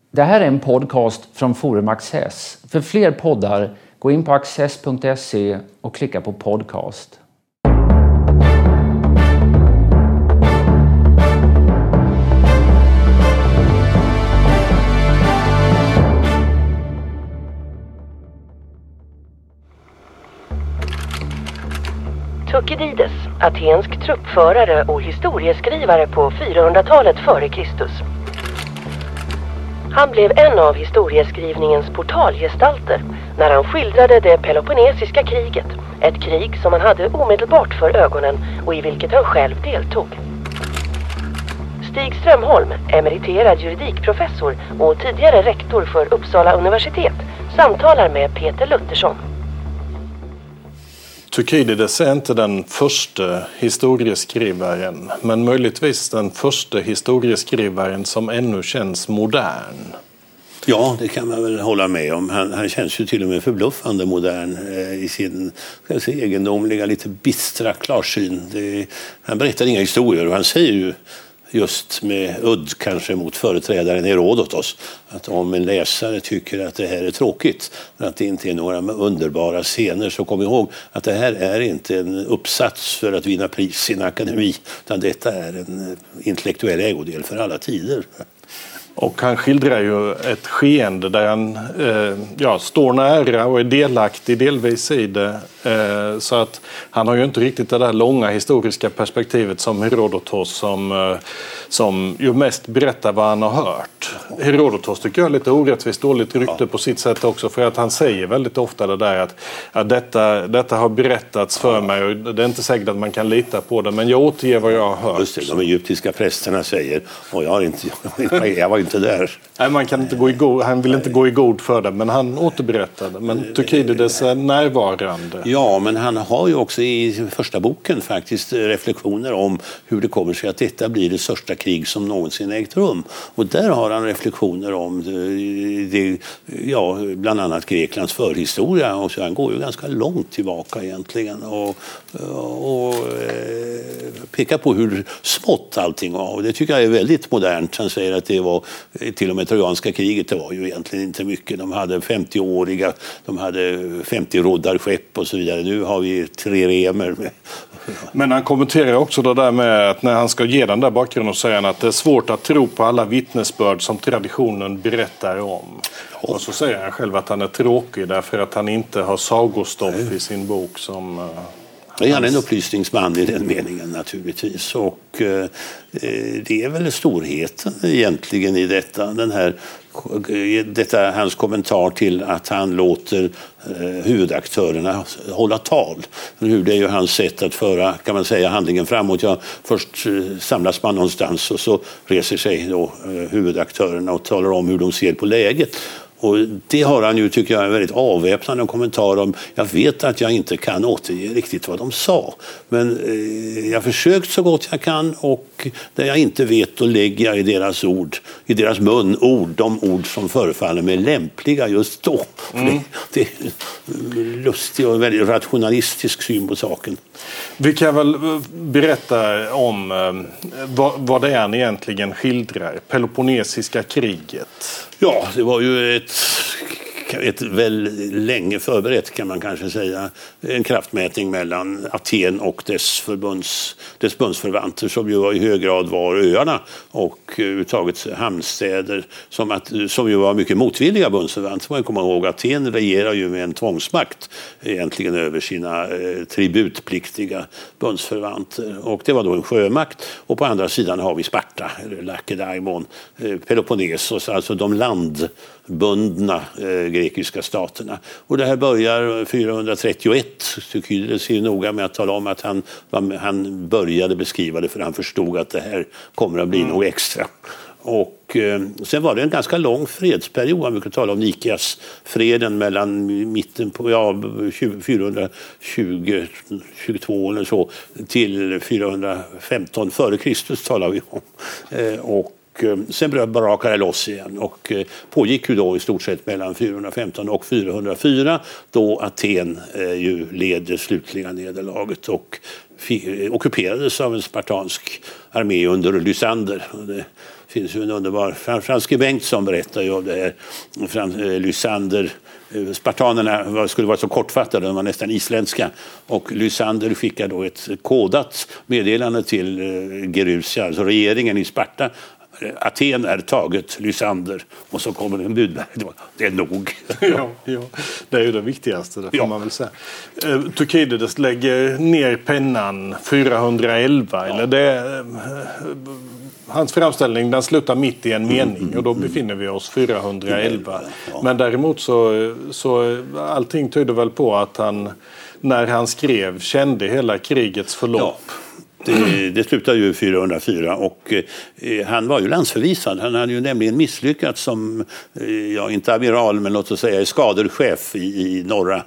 Det här är en podcast från Forum Access. För fler poddar, gå in på access.se och klicka på podcast. Thukydides, atensk truppförare och historieskrivare på 400-talet före Kristus. Han blev en av historieskrivningens portalgestalter när han skildrade det Peloponnesiska kriget, ett krig som han hade omedelbart för ögonen och i vilket han själv deltog. Stig Strömholm, emeriterad juridikprofessor och tidigare rektor för Uppsala universitet, samtalar med Peter Luttersson. Thukydides är inte den första historieskrivaren, men möjligtvis den första historieskrivaren som ännu känns modern. Ja, det kan man väl hålla med om. Han känns ju till och med förbluffande modern i sin egendomliga, lite bistra klarsyn. Han berättar inga historier och han säger ju just med udd kanske mot företrädaren Herodotos att om en läsare tycker att det här är tråkigt, att det inte är några underbara scener, så kom ihåg att det här är inte en uppsats för att vinna pris i en akademi, utan detta är en intellektuell ägodel för alla tider. Och han skildrar ju ett skeende där han står nära och är delaktig delvis i det. Så att han har ju inte riktigt det där långa historiska perspektivet som Herodotos som ju mest berättar vad han har hört. Herodotos tycker jag är lite orättvist dåligt rykte på sitt sätt också, för att han säger väldigt ofta det där att detta har berättats för mig och det är inte säkert att man kan lita på det, men jag återger vad jag har hört. Just det, de egyptiska prästerna säger, och jag var inte där. Nej, man kan inte gå i god, han vill inte gå i god för det, men han återberättade. Men Thukydides är närvarande. Ja, men han har ju också i första boken faktiskt reflektioner om hur det kommer sig att detta blir det största krig som någonsin ägt rum. Och där har han reflektioner om bland annat Greklands förhistoria. Och så han går ju ganska långt tillbaka egentligen och pekar på hur smått allting var. Och det tycker jag är väldigt modernt. Han säger att det var till och med trojanska kriget, det var ju egentligen inte mycket. De hade 50-åriga, de hade 50 roddarskepp och så vidare. Nu har vi 3 remer med. Men han kommenterar också det där med att när han ska ge den där bakgrunden, så säger han att det är svårt att tro på alla vittnesbörd som traditionen berättar om. Och så säger han själv att han är tråkig därför att han inte har sagostoff i sin bok som... Det är han en upplysningsman i den meningen naturligtvis, och det är väl storheten egentligen i detta hans kommentar till att han låter huvudaktörerna hålla tal. Hur det är ju hans sätt att föra, kan man säga, handlingen framåt. Ja, först samlas man någonstans och så reser sig då huvudaktörerna och talar om hur de ser på läget. Och det har han ju, tycker jag, en väldigt avväpnande kommentar om. Jag vet att jag inte kan återge riktigt vad de sa, men jag har försökt så gott jag kan, och det jag inte vet då lägger jag i deras mun de ord som förefaller mig lämpliga just då. Det är en lustig och väldigt rationalistisk syn på saken. Vi kan väl berätta om vad det är han egentligen skildrar. Peloponnesiska kriget. Ja, det var ju ett väl länge förberett, kan man kanske säga, en kraftmätning mellan Aten och dess bundsförvanter, som ju i hög grad var öarna och uttaget hamnstäder, som ju var mycket motvilliga bundsförvanter. Man kommer ihåg att Aten regerar ju med en tvångsmakt egentligen över sina tributpliktiga bundsförvanter, och det var då en sjömakt. Och på andra sidan har vi Sparta, eller Lakedaimon, Peloponnesos, alltså de landbundna grekiska staterna. Och det här börjar 431. Thukydides är noga med att tala om att han började beskriva det, för han förstod att det här kommer att bli något extra. Och sen var det en ganska lång fredsperiod. Man brukar tala om Nikias freden mellan mitten på 422 eller så till 415 före Kristus talar vi om. Och Och sen brakade det loss igen och pågick ju då i stort sett mellan 415 och 404 då Aten ju led det slutliga nederlaget och ockuperades av en spartansk armé under Lysander. Det finns ju en underbar Franske Bengtsson berättar ju om det här. Lysander, spartanerna skulle vara så kortfattade, de var nästan isländska, och Lysander skickade då ett kodat meddelande till Gerusia, alltså regeringen i Sparta. Aten är taget, Lysander, och så kommer en budbärare. Det är nog. Ja, det är ju det viktigaste, det får man väl säga. Thukydides lägger ner pennan 411, eller det hans framställning den slutar mitt i en mening och då befinner vi oss 411. Men däremot så allting tyder väl på att han, när han skrev, kände hela krigets förlopp. Ja. Det slutade ju 404 och han var ju landsförvisad. Han hade ju nämligen misslyckats som, inte amiral men låt oss säga skaderchef i norra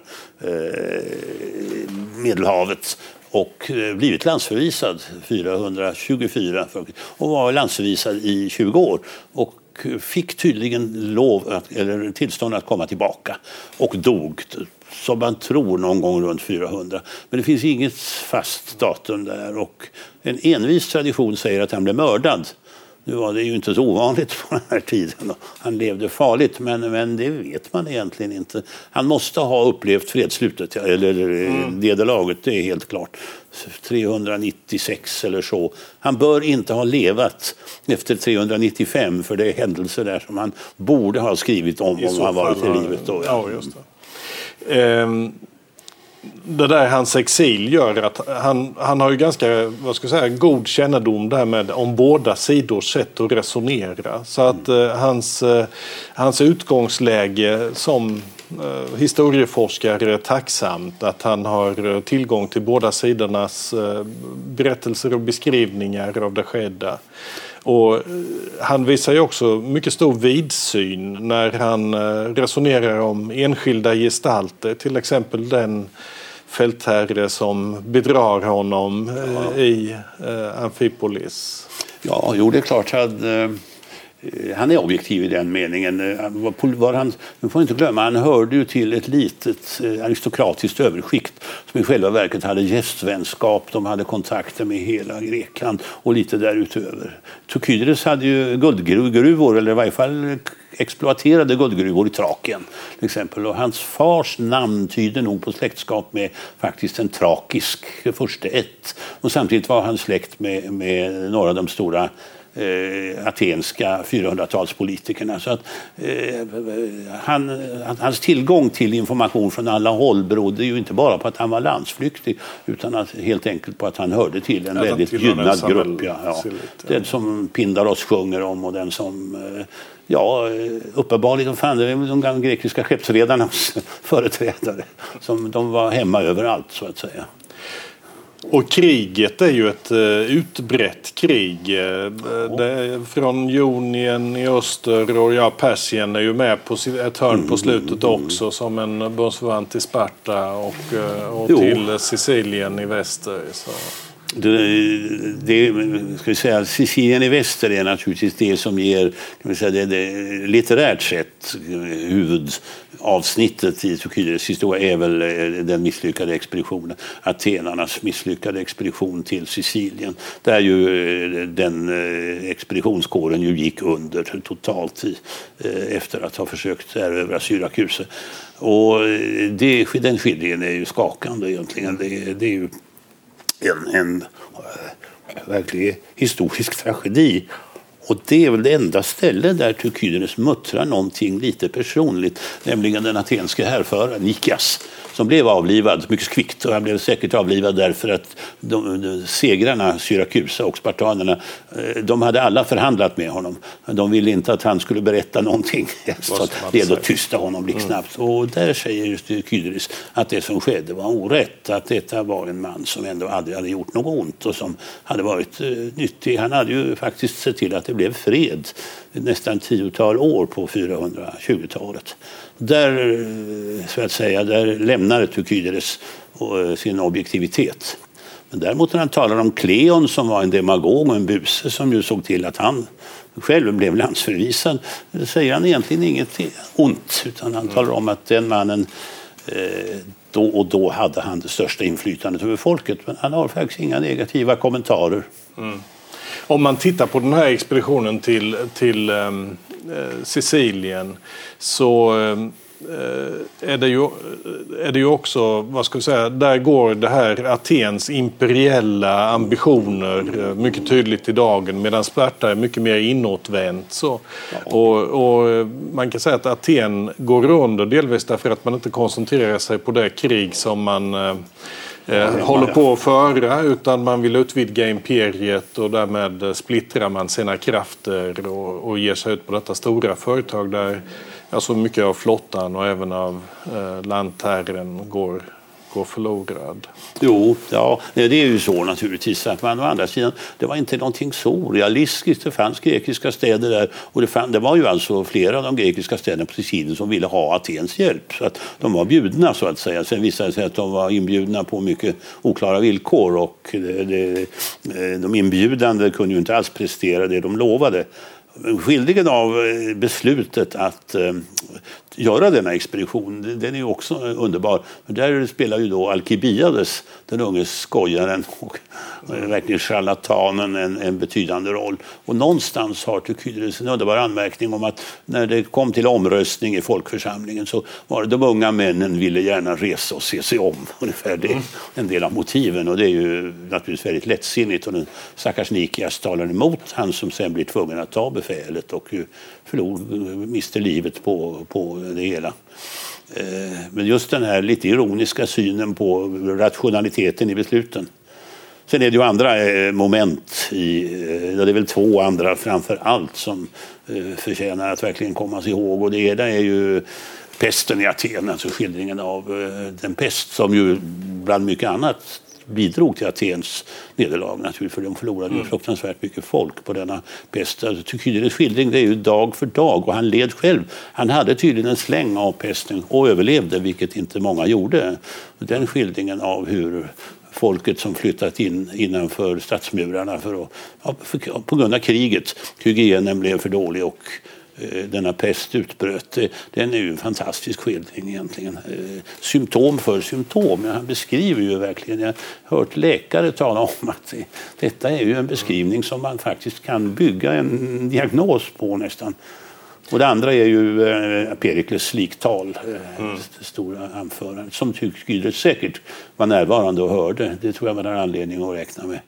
Medelhavet. Och blivit landsförvisad 424 och var landsförvisad i 20 år. Och fick tydligen tillstånd att komma tillbaka och dog som man tror någon gång runt 400. Men det finns inget fast datum där och en envis tradition säger att han blev mördad. Nu var det ju inte så ovanligt på den här tiden. Han levde farligt, men det vet man egentligen inte. Han måste ha upplevt fredsslutet, eller nederlaget, det är helt klart. 396 eller så. Han bör inte ha levat efter 395, för det är händelser där som han borde ha skrivit om han varit i livet då. Ja, just det. Det där hans exil gör att han har ju ganska, god kännedom där med om båda sidors sätt att resonera. Så att hans utgångsläge som historieforskare är tacksamt att han har tillgång till båda sidornas berättelser och beskrivningar av det skedda. Och han visar ju också mycket stor vidsyn när han resonerar om enskilda gestalter, till exempel den fältherre som bedrar honom i Amphipolis. Ja, det är klart att han är objektiv i den meningen. Man får inte glömma, han hörde ju till ett litet aristokratiskt överskikt som i själva verket hade gästvänskap, de hade kontakter med hela Grekland och lite därutöver. Thukydides hade ju guldgruvor, eller i varje fall exploaterade guldgruvor i Trakien till exempel, och hans fars namn tyder nog på släktskap med faktiskt en trakisk försteätt, och samtidigt var han släkt med några av de stora atenska 400-talspolitikerna. Så att hans tillgång till information från alla håll berodde ju inte bara på att han var landsflyktig, utan att, helt enkelt på att han hörde till en väldigt gynnad grupp. Den som Pindaros sjunger om, och den som uppenbarligen fann det de grekiska skeppsredarnas företrädare, som de var hemma överallt så att säga. Och kriget är ju ett utbrett krig. Från Jonien i öster och Persien är ju med på ett hörn på slutet också som en bundsförvant till Sparta och till Sicilien i väster. Så. Sicilien i väster är naturligtvis det som ger, det litterärt sett huvudavsnittet i Thukydides historia är väl den misslyckade expeditionen, atenarnas misslyckade expedition till Sicilien, där ju den expeditionskåren ju gick under totalt efter att ha försökt erövra Syrakusen. Och den skildringen är ju skakande egentligen. Det är ju en verklig historisk tragedi. Och det är väl det enda ställe där Thukydides muttrar någonting lite personligt, nämligen den atenske härföraren Nikas, som blev avlivad mycket kvickt, och han blev säkert avlivad därför att de segrarna, Syrakusa och spartanerna, de hade alla förhandlat med honom. De ville inte att han skulle berätta någonting. Så det är då tysta honom blixtsnabbt. Och där säger just Thukydides att det som skedde var orätt, att detta var en man som ändå aldrig hade gjort något ont och som hade varit nyttig. Han hade ju faktiskt sett till att det blev fred nästan 10-tal år på 420-talet. Där lämnar Thukydides sin objektivitet. Men däremot när han talar om Kleon som var en demagog och en buse som ju såg till att han själv blev landsförvisad, säger han egentligen inget ont, utan han talar om att den mannen då och då hade han det största inflytandet över folket, men han har faktiskt inga negativa kommentarer. Om man tittar på den här expeditionen till Sicilien så är det ju också, vad ska vi säga, där går det här Atens imperiella ambitioner mycket tydligt i dagen, medan Sparta är mycket mer inåtvänt. Så. Och man kan säga att Aten går under delvis därför att man inte koncentrerar sig på det krig som man håller på att föra, utan man vill utvidga imperiet och därmed splittrar man sina krafter och ger sig ut på detta stora företag där alltså mycket av flottan och även av landherren går förlorad. Jo, ja, det är ju så naturligtvis att man å andra sidan, det var inte någonting så realistiskt. Det fanns grekiska städer där och det var ju alltså flera av de grekiska städerna på Sicilien som ville ha Atens hjälp, så att de var bjudna så att säga. Sen visade det sig att de var inbjudna på mycket oklara villkor och de inbjudande kunde ju inte alls prestera det de lovade. Skildringen av beslutet att göra denna expedition, den är ju också underbar. Men där spelar ju då Alkibiades, den unge skojaren och verkligen charlatanen, en betydande roll. Och någonstans har Thukydides en underbar anmärkning om att när det kom till omröstning i folkförsamlingen så var det de unga männen ville gärna resa och se sig om. Ungefär det en del av motiven, och det är ju naturligtvis väldigt lättsinnigt, och den stackars Nikias talar emot han som sen blir tvungen att ta befälet och mister livet på det hela. Men just den här lite ironiska synen på rationaliteten i besluten. Sen är det ju andra moment det är väl två andra framför allt som förtjänar att verkligen kommas ihåg, och det ena är ju pesten i Aten, alltså skildringen av den pest som ju bland mycket annat bidrog till Atens nederlag naturligtvis, för de förlorade ju fruktansvärt mycket folk på denna pest. Alltså, Thukydides skildring, det är ju dag för dag, och han led själv. Han hade tydligen en släng av pesten och överlevde, vilket inte många gjorde. Den skildringen av hur folket som flyttat in innanför stadsmurarna på grund av kriget, hygienen blev för dålig och denna pest utbröt. Den är ju en fantastisk skildring egentligen. Symptom för symptom. Han beskriver ju verkligen, jag har hört läkare tala om att detta är ju en beskrivning som man faktiskt kan bygga en diagnos på nästan. Och det andra är ju Perikles liktal, det stora anförandet, som Thukydides säkert var närvarande och hörde. Det tror jag man har anledning att räkna med.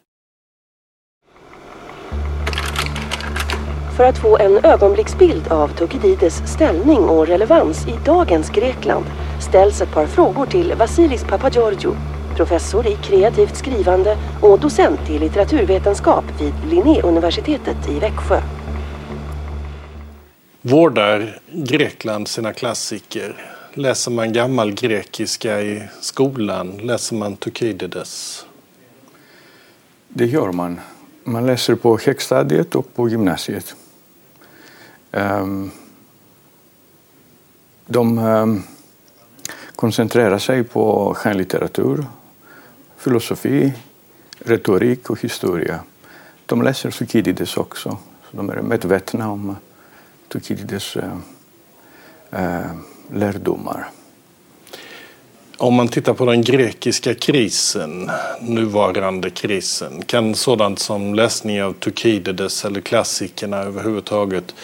För att få en ögonblicksbild av Thukydides ställning och relevans i dagens Grekland ställs ett par frågor till Vasilis Papageorgiou, professor i kreativt skrivande och docent i litteraturvetenskap vid Linnéuniversitetet i Växjö. Vårdar Grekland sina klassiker? Läser man gammal grekiska i skolan? Läser man Thukydides? Det gör man. Man läser på högstadiet och på gymnasiet. De koncentrerar sig på skönlitteratur, filosofi, retorik och historia. De läser Thukydides också. Så de är medvetna om Thukydides lärdomar. Om man tittar på den grekiska krisen, nuvarande krisen, kan sådant som läsning av Thukydides eller klassikerna överhuvudtaget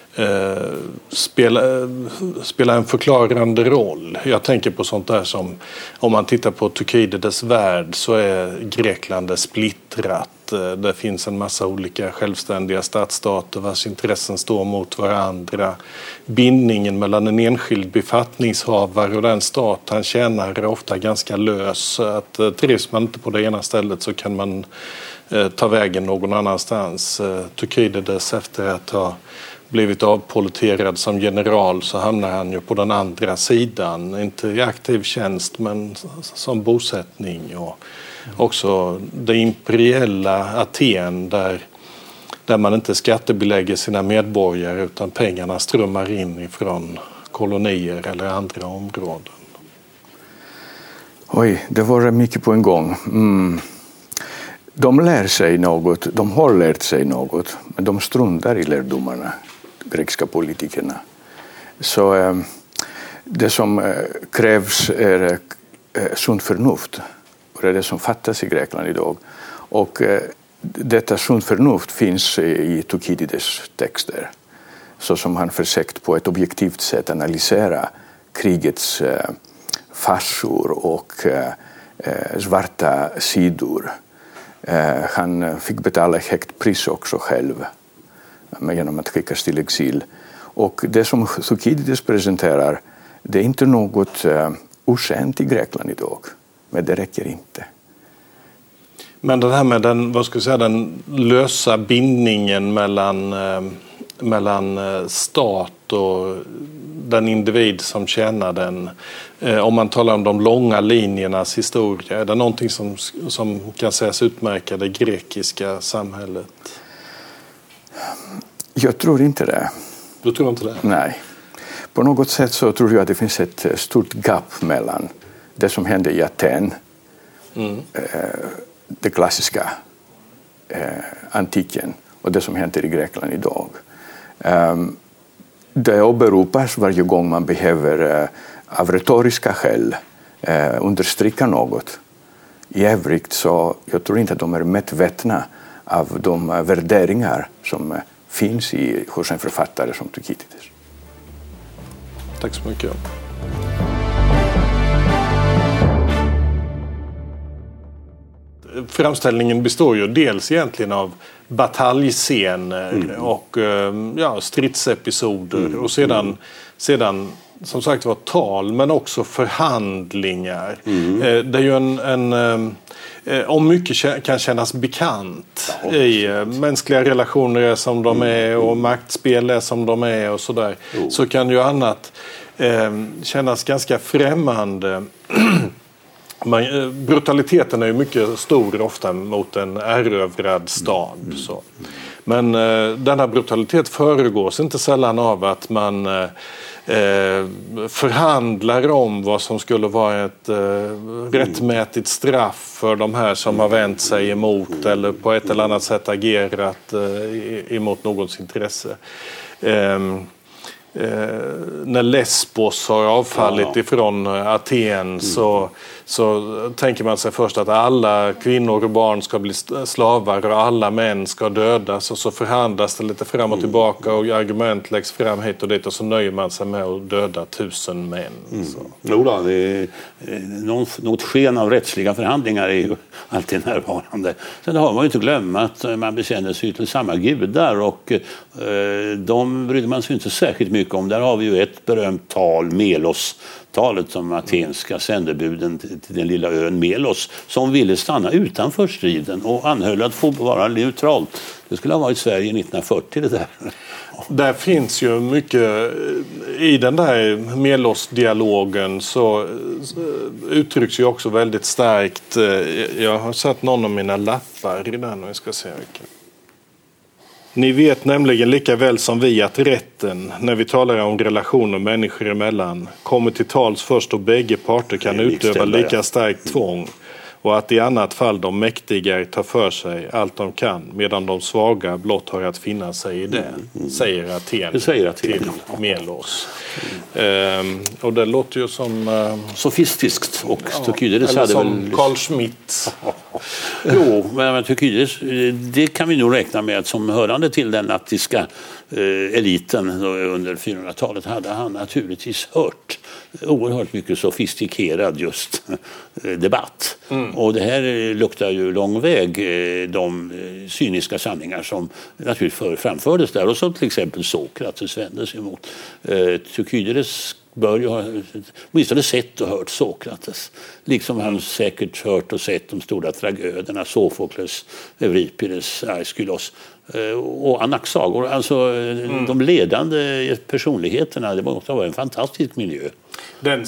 spela en förklarande roll? Jag tänker på sånt där som, om man tittar på Thukydides värld så är Grekland splittrat. Det finns en massa olika självständiga stadsstater vars intressen står mot varandra. Bindningen mellan en enskild befattningshavare och den stat han tjänar är ofta ganska lös. Att trivs man inte på det ena stället så kan man ta vägen någon annanstans. Thukydides, efter att ha blivit avpoliterad som general, så hamnar han ju på den andra sidan. Inte i aktiv tjänst men som bosättning, och också det imperiella Aten där man inte skattebelägger sina medborgare utan pengarna strömmar in ifrån kolonier eller andra områden. Oj, det var mycket på en gång. de lär sig något, de har lärt sig något, men de struntar i lärdomarna, grekiska politikerna. Så det som krävs är sunt förnuft, och det är det som fattas i Grekland idag. Och detta sunt förnuft finns i Thukydides texter, så som han försökt på ett objektivt sätt analysera krigets farsor och svarta sidor. Han fick betala ett högt pris också själv genom att skickas till exil. Och det som Thukydides presenterar, det är inte något okänt i Grekland idag, men det räcker inte. Men det här med den lösa bindningen mellan stat och den individ som tjänar den. Om man talar om de långa linjernas historia, är det någonting som kan sägas utmärka det grekiska samhället? Jag tror inte det. Du tror inte det? Nej. På något sätt så tror jag att det finns ett stort gap mellan det som hände i Aten, det klassiska antiken, och det som händer i Grekland idag. Det åberopas varje gång man behöver av retoriska skäl understryka något. I övrigt så jag tror inte att de är medvetna av de värderingar som finns hos en författare som Thukydides. Tack så mycket. Framställningen består ju dels egentligen av bataljscener och stridsepisoder och sedan som sagt var tal, men också förhandlingar. Det är ju om mycket kan kännas bekant i mänskliga relationer är som de är och maktspel är som de är och sådär, så kan ju annat kännas ganska främmande. Brutaliteten är ju mycket stor ofta mot en erövrad stad. Så. Men denna brutalitet föregås inte sällan av att man förhandlar om vad som skulle vara ett rättmätigt straff för de här som har vänt sig emot eller på ett eller annat sätt agerat emot någons intresse. När Lesbos har avfallit ifrån Aten så tänker man sig först att alla kvinnor och barn ska bli slavar och alla män ska dödas, och så förhandlas det lite fram och tillbaka och argument läggs fram hit och dit och så nöjer man sig med att döda 1000 män. Jodå, det är något sken av rättsliga förhandlingar är ju alltid närvarande. Sen har man ju inte glömt att man bekänner sig till samma gudar, och de brydde man sig inte särskilt mycket om. Där har vi ju ett berömt tal, Melos-talet, som atenska sändebuden till den lilla ön Melos, som ville stanna utanför striden och anhöll att få vara neutralt. Det skulle ha varit Sverige 1940 det där. Där finns ju mycket i den där Melos-dialogen, så uttrycks ju också väldigt starkt. Jag har satt någon av mina lappar i den och jag ska se vilken. Ni vet nämligen lika väl som vi att rätten, när vi talar om relationer människor emellan, kommer till tals först då bägge parter kan utöva lika starkt tvång, och att i annat fall de mäktiga tar för sig allt de kan medan de svaga blott har att finna sig i det, säger Aten till Melos. Och det låter ju som sofistiskt, och Thukydides hade som väl Carl Schmitt. Jo, men Thukydides, det kan vi nog räkna med att som hörande till den attiska eliten under 400-talet hade han naturligtvis hört oerhört mycket sofistikerad just debatt. Och det här luktar ju lång väg de cyniska sanningar som naturligtvis framfördes där, och som till exempel Sokrates vände sig emot. Thukydides bör ju ha åtminstone sett och hört Sokrates, liksom han säkert hört och sett de stora tragöderna Sofokles, Euripides, Aeschylos och Anaxagor, alltså de ledande personligheterna. Det måste vara en fantastisk miljö. Den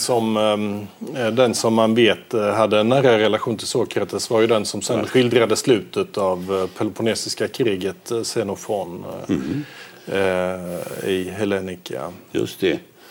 som man vet hade en nära relation till Sokrates var ju den som sen skildrade slutet av Peloponnesiska kriget, Xenofon i Hellenika. Just det.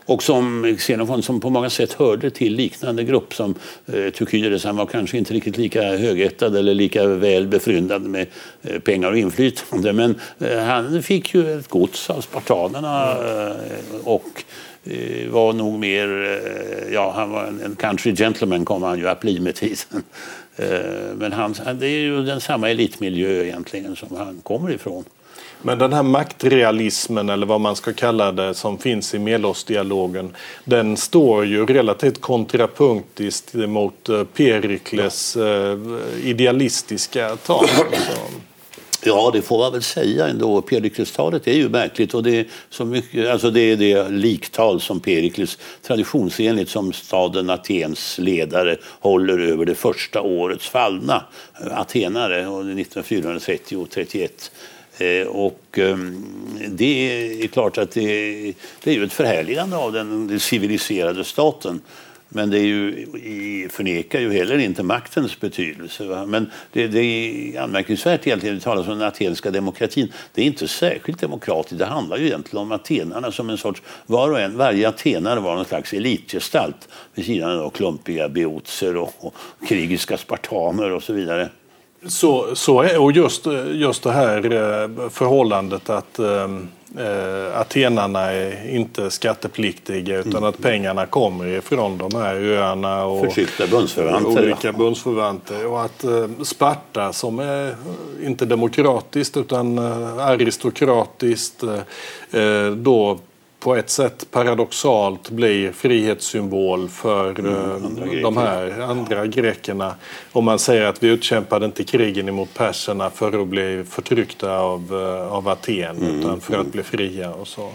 Och som Xenofon som på många sätt hörde till liknande grupp som Thukydides. Han var kanske inte riktigt lika högättad eller lika väl befryndad med pengar och inflytande. Men han fick ju ett gods av spartanerna och var nog mer, han var en country gentleman kom han ju att bli med tiden. Men det är ju den samma elitmiljö egentligen som han kommer ifrån. Men den här maktrealismen eller vad man ska kalla det som finns i Melos-dialogen, den står ju relativt kontrapunktiskt mot Perikles idealistiska tal. Ja, det får man väl säga ändå. Perikles-talet är ju märkligt och det är så mycket, alltså det är det liktal som Perikles traditionsenligt som staden Atens ledare håller över det första årets fallna atenare 1930 och 31. Och det är klart att det är ju ett förhärligande av den civiliserade staten. Men det är ju, förnekar ju heller inte maktens betydelse. Va? Men det är anmärkningsvärt egentligen att tala om den atenska demokratin. Det är inte särskilt demokratiskt. Det handlar ju egentligen om atenarna som en sorts, varje atenare var någon slags elitgestalt vid sidan av klumpiga beotser och krigiska spartaner och så vidare. Så är, och just det här förhållandet att atenarna är inte skattepliktiga utan att pengarna kommer ifrån de här öarna och förtryckta bundsförvanter, olika bundsförvanter, och att Sparta som är inte demokratiskt utan aristokratiskt då på ett sätt paradoxalt blir frihetssymbol för de här andra grekerna. Om man säger att vi utkämpade inte krigen emot perserna för att bli förtryckta av Aten utan för att bli fria och så.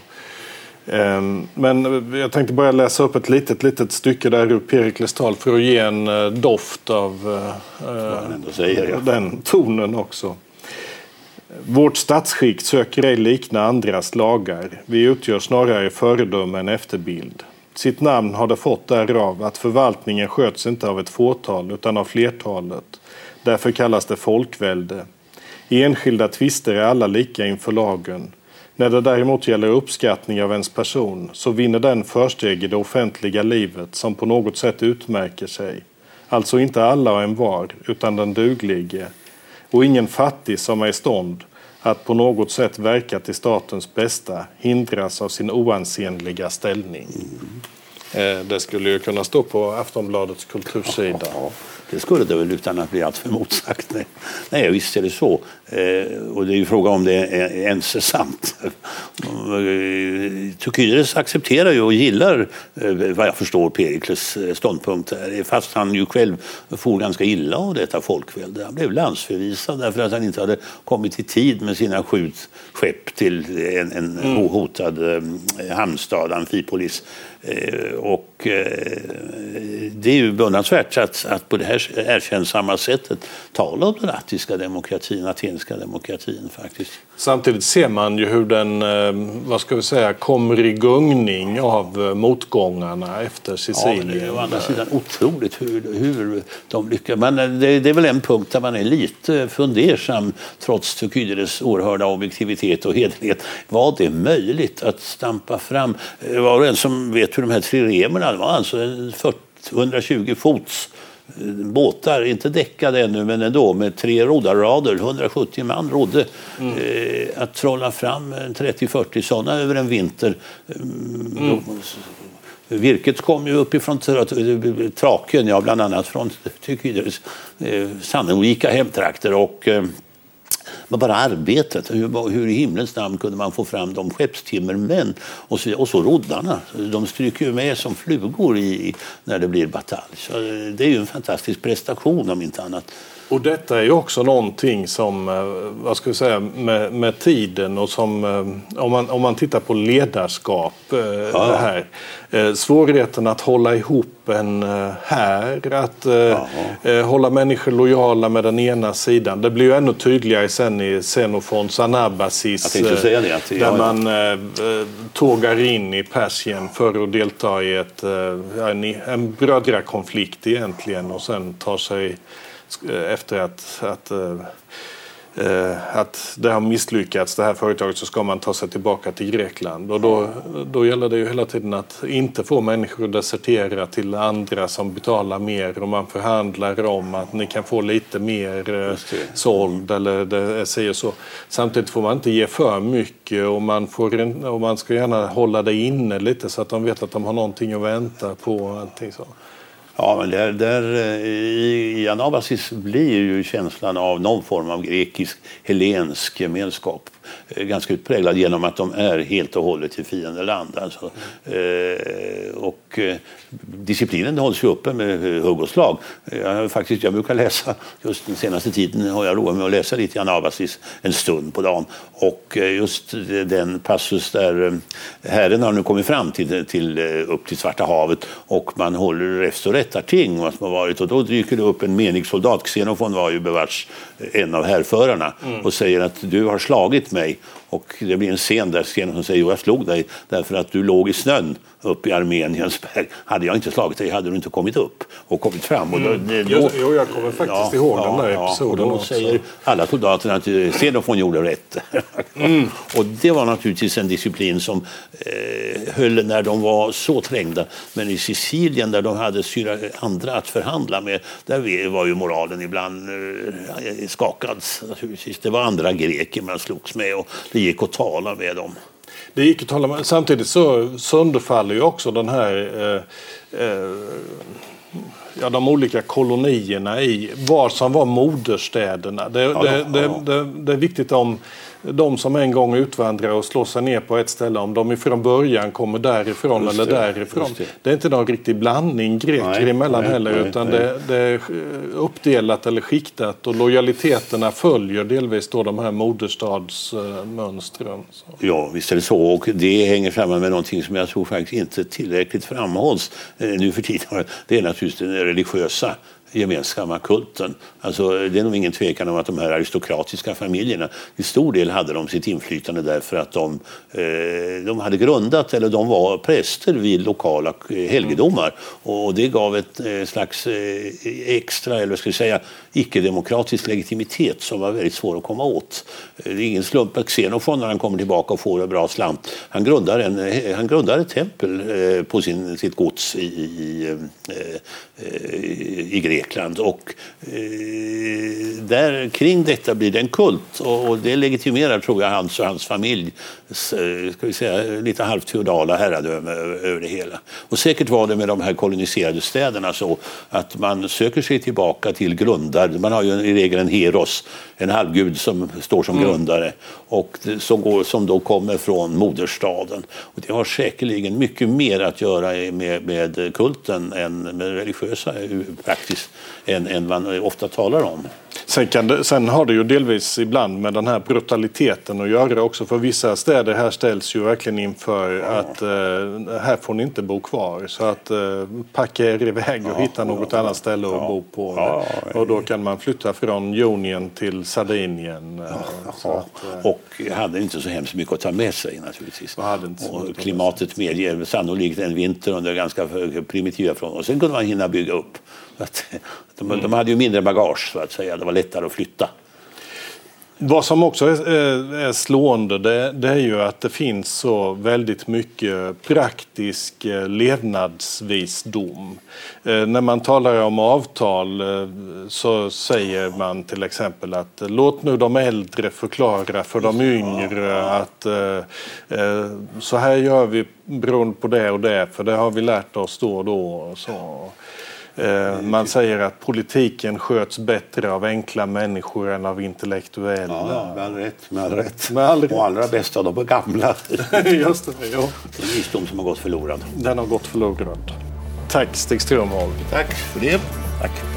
Men jag tänkte bara läsa upp ett litet stycke där ur Perikles tal för att ge en doft av den tonen också. Vårt statsskick söker ej likna andras lagar. Vi utgör snarare föredöme än efterbild. Sitt namn har det fått därav att förvaltningen sköts inte av ett fåtal utan av flertalet. Därför kallas det folkvälde. I enskilda tvister är alla lika inför lagen. När det däremot gäller uppskattning av ens person så vinner den försteg i det offentliga livet som på något sätt utmärker sig. Alltså inte alla och en var utan den duglige. Och ingen fattig som är i stånd att på något sätt verka till statens bästa hindras av sin oansenliga ställning. Det skulle ju kunna stå på Aftonbladets kultursida. Ja, det skulle det väl utan att bli allt för motsagt. Nej, visst är det så. Och det är ju fråga om det är ens är sant. Thukydides accepterar ju och gillar vad jag förstår Perikles ståndpunkt här. Fast han ju själv får ganska illa av detta folkvälde. Han blev landsförvisad därför att han inte hade kommit i tid med sina 7 skepp till en hotad hamnstad, Amfipolis. Och det är ju beundransvärt att på det här erkännsamma sättet tala om den atenska demokratin faktiskt. Samtidigt ser man ju hur den, kommer i gungning av motgångarna efter Sicilien. Ja, det är å andra sidan otroligt hur de lyckas. Men det är väl en punkt där man är lite fundersam trots Thukydides oerhörda objektivitet och hederlighet. Var det möjligt att stampa fram? Var det en som vet hur de här triremerna, det var alltså 120 fots båtar, inte däckade ännu men ändå med 3 rodarrader, 170 man rodde. Att trolla fram 30-40 sådana över en vinter. Virket kom ju uppifrån Traken, bland annat från Thukydides sannolika hemtrakter och men bara arbetet, hur i himlens namn kunde man få fram de skeppstimmermän och så roddarna. De stryker ju med som flugor när det blir batalj. Så det är ju en fantastisk prestation om inte annat. Och detta är ju också någonting som, med tiden och som, om man tittar på ledarskap, det här. Svårigheten att hålla ihop en här, att hålla människor lojala med den ena sidan. Det blir ju ännu tydligare sen i Xenofons Anabasis, där man tågar in i Persien för att delta i en brödrakonflikt egentligen och sen tar sig efter att att det har misslyckats, det här företaget, så ska man ta sig tillbaka till Grekland. Och då gäller det ju hela tiden att inte få människor att desertera till andra som betalar mer, och man förhandlar om att ni kan få lite mer såld eller det säger så. Samtidigt får man inte ge för mycket, och man ska gärna hålla det inne lite så att de vet att de har någonting att vänta på. Allting så. Ja, men i Anabasis blir ju känslan av någon form av grekisk, helensk gemenskap ganska utpräglad genom att de är helt och hållet i fiendeland. Alltså. Och disciplinen hålls ju uppe med hugg och slag. Jag brukar läsa, just den senaste tiden har jag roat med att läsa lite i Anabasis en stund på dagen. Och just den passus där Herren har nu kommit fram upp till Svarta havet, och man håller efter och rättar ting vad som har varit. Och då dyker det upp en meningssoldat, Xenofon var ju bevars en av härförarna, och säger att du har slagit mig. Och det blir en scen där Xenofon säger, jag slog dig därför att du låg i snön upp i Armeniens berg. Hade jag inte slagit dig hade du inte kommit upp och kommit fram. Och jag kommer faktiskt ihåg den där episoden. Och då säger alla soldaterna att Xenofon gjorde rätt. Och det var naturligtvis en disciplin som höll när de var så trängda. Men i Sicilien, där de hade andra att förhandla med, där var ju moralen ibland skakad. Det var andra greker man slogs med, och det gick att tala med dem. Det gick att tala med. Samtidigt så sönderfaller ju också den här de olika kolonierna i vad som var moderstäderna. Det är viktigt om de som en gång utvandrar och slår sig ner på ett ställe, om de ifrån början kommer därifrån eller därifrån. Det är inte någon riktig blandning greker emellan heller, utan det är uppdelat eller skiktat, och lojaliteterna följer delvis då de här moderstadsmönstren. Ja, visst är det så, och det hänger samman med någonting som jag tror faktiskt inte tillräckligt framhålls nu för tiden. Det är naturligtvis den religiösa gemensamma kulten. Alltså, det är nog ingen tvekan om att de här aristokratiska familjerna i stor del hade de sitt inflytande därför att de hade grundat, eller de var präster vid lokala helgedomar, och det gav ett slags extra, eller vad ska jag säga, icke-demokratisk legitimitet som var väldigt svår att komma åt. Det är ingen slump att Xenofon, när han kommer tillbaka och får en bra slant, han grundar ett tempel på sitt gods i Grekland, och där kring detta blir det en kult, och det legitimerar, tror jag, hans och hans familj, ska vi säga, lite halvt feodala herradöme över det hela. Och säkert var det med de här koloniserade städerna så att man söker sig tillbaka till grundare. Man har ju i regel en heros, en halvgud som står som grundare, och som då kommer från moderstaden. Och det har säkerligen mycket mer att göra med kulten än med religiösa praktiskt än man ofta talar om. Sen har det ju delvis ibland med den här brutaliteten att göra också, för vissa städer här ställs ju verkligen inför att här får ni inte bo kvar, så att packa er iväg och hitta något annat ställe att bo på, och då kan man flytta från Ionien till Sardinien. Och hade inte så hemskt mycket att ta med sig naturligtvis. Och klimatet medger sannolikt en vinter under ganska primitiva från, och sen kunde man hinna bygga upp. De hade ju mindre bagage, så att säga. Det var lättare att flytta. Vad som också är slående, det är ju att det finns så väldigt mycket praktisk levnadsvisdom. När man talar om avtal så säger man till exempel att låt nu de äldre förklara för de yngre att så här gör vi beroende på det och det, för det har vi lärt oss då och då. Och så. Man säger att politiken sköts bättre av enkla människor än av intellektuella. Ja, med all rätt. Och allra bäst av de gamla. Just det, ja. Det är visdom som har gått förlorad. Den har gått förlorad. Tack Stig Strömholm. Tack för det. Tack.